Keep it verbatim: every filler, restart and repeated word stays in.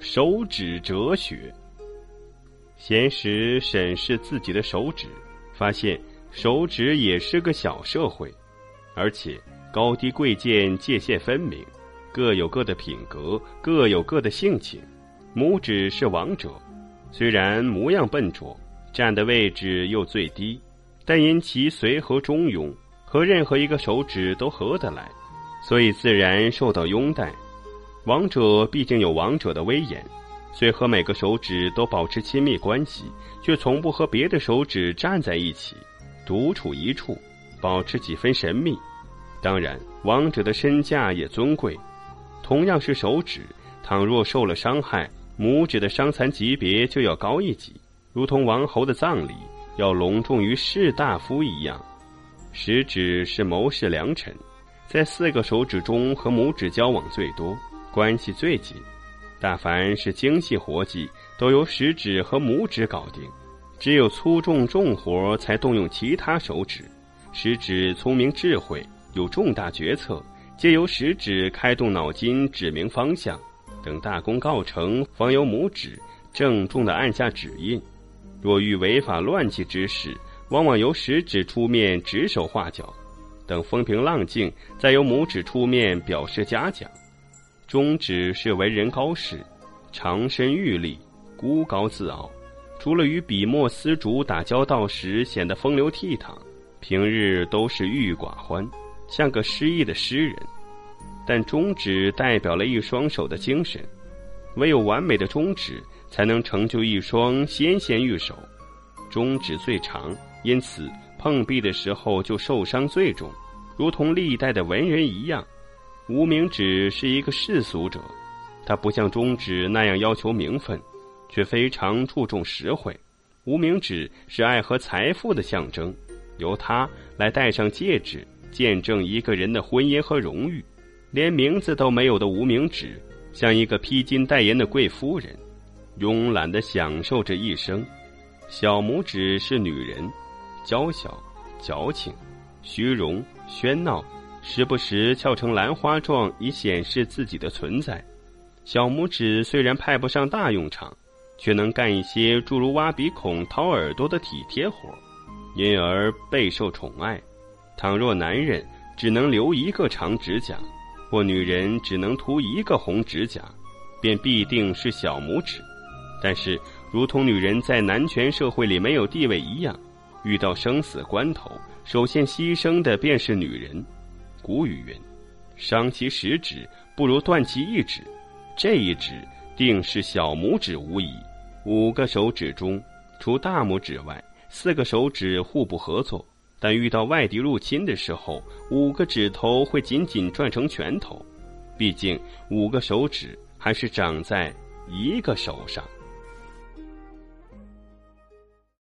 手指哲学。闲时审视自己的手指，发现手指也是个小社会，而且高低贵贱界限分明，各有各的品格，各有各的性情。拇指是王者，虽然模样笨拙，站的位置又最低，但因其随和中庸，和任何一个手指都合得来，所以自然受到拥戴。王者毕竟有王者的威严，虽和每个手指都保持亲密关系，却从不和别的手指站在一起，独处一处，保持几分神秘。当然，王者的身价也尊贵。同样是手指，倘若受了伤害，拇指的伤残级别就要高一级，如同王侯的葬礼要隆重于士大夫一样。食指是谋士良臣，在四个手指中和拇指交往最多，关系最紧。大凡是精细活计都由食指和拇指搞定，只有粗重重活才动用其他手指。食指聪明智慧，有重大决策，皆由食指开动脑筋指明方向，等大功告成，方由拇指郑重地按下指印。若遇违法乱纪之事，往往由食指出面指手画脚，等风平浪静，再由拇指出面表示嘉奖。中指是文人高士，长身玉立，孤高自傲，除了与笔墨丝竹打交道时显得风流倜傥，平日都是郁郁寡欢，像个失意的诗人。但中指代表了一双手的精神，唯有完美的中指才能成就一双纤纤玉手。中指最长，因此碰壁的时候就受伤最重，如同历代的文人一样。无名指是一个世俗者，他不像中指那样要求名分，却非常注重实惠。无名指是爱和财富的象征，由它来戴上戒指，见证一个人的婚姻和荣誉。连名字都没有的无名指，像一个披金戴银的贵夫人，慵懒地享受着一生。小拇指是女人，娇小、矫情、虚荣、喧闹，时不时翘成兰花状以显示自己的存在。小拇指虽然派不上大用场，却能干一些诸如挖鼻孔、掏耳朵的体贴活，因而备受宠爱。倘若男人只能留一个长指甲，或女人只能涂一个红指甲，便必定是小拇指。但是如同女人在男权社会里没有地位一样，遇到生死关头，首先牺牲的便是女人。古语云，伤其十指不如断其一指，这一指定是小拇指无疑。五个手指中，除大拇指外，四个手指互不合作，但遇到外敌入侵的时候，五个指头会紧紧攥成拳头。毕竟五个手指还是长在一个手上。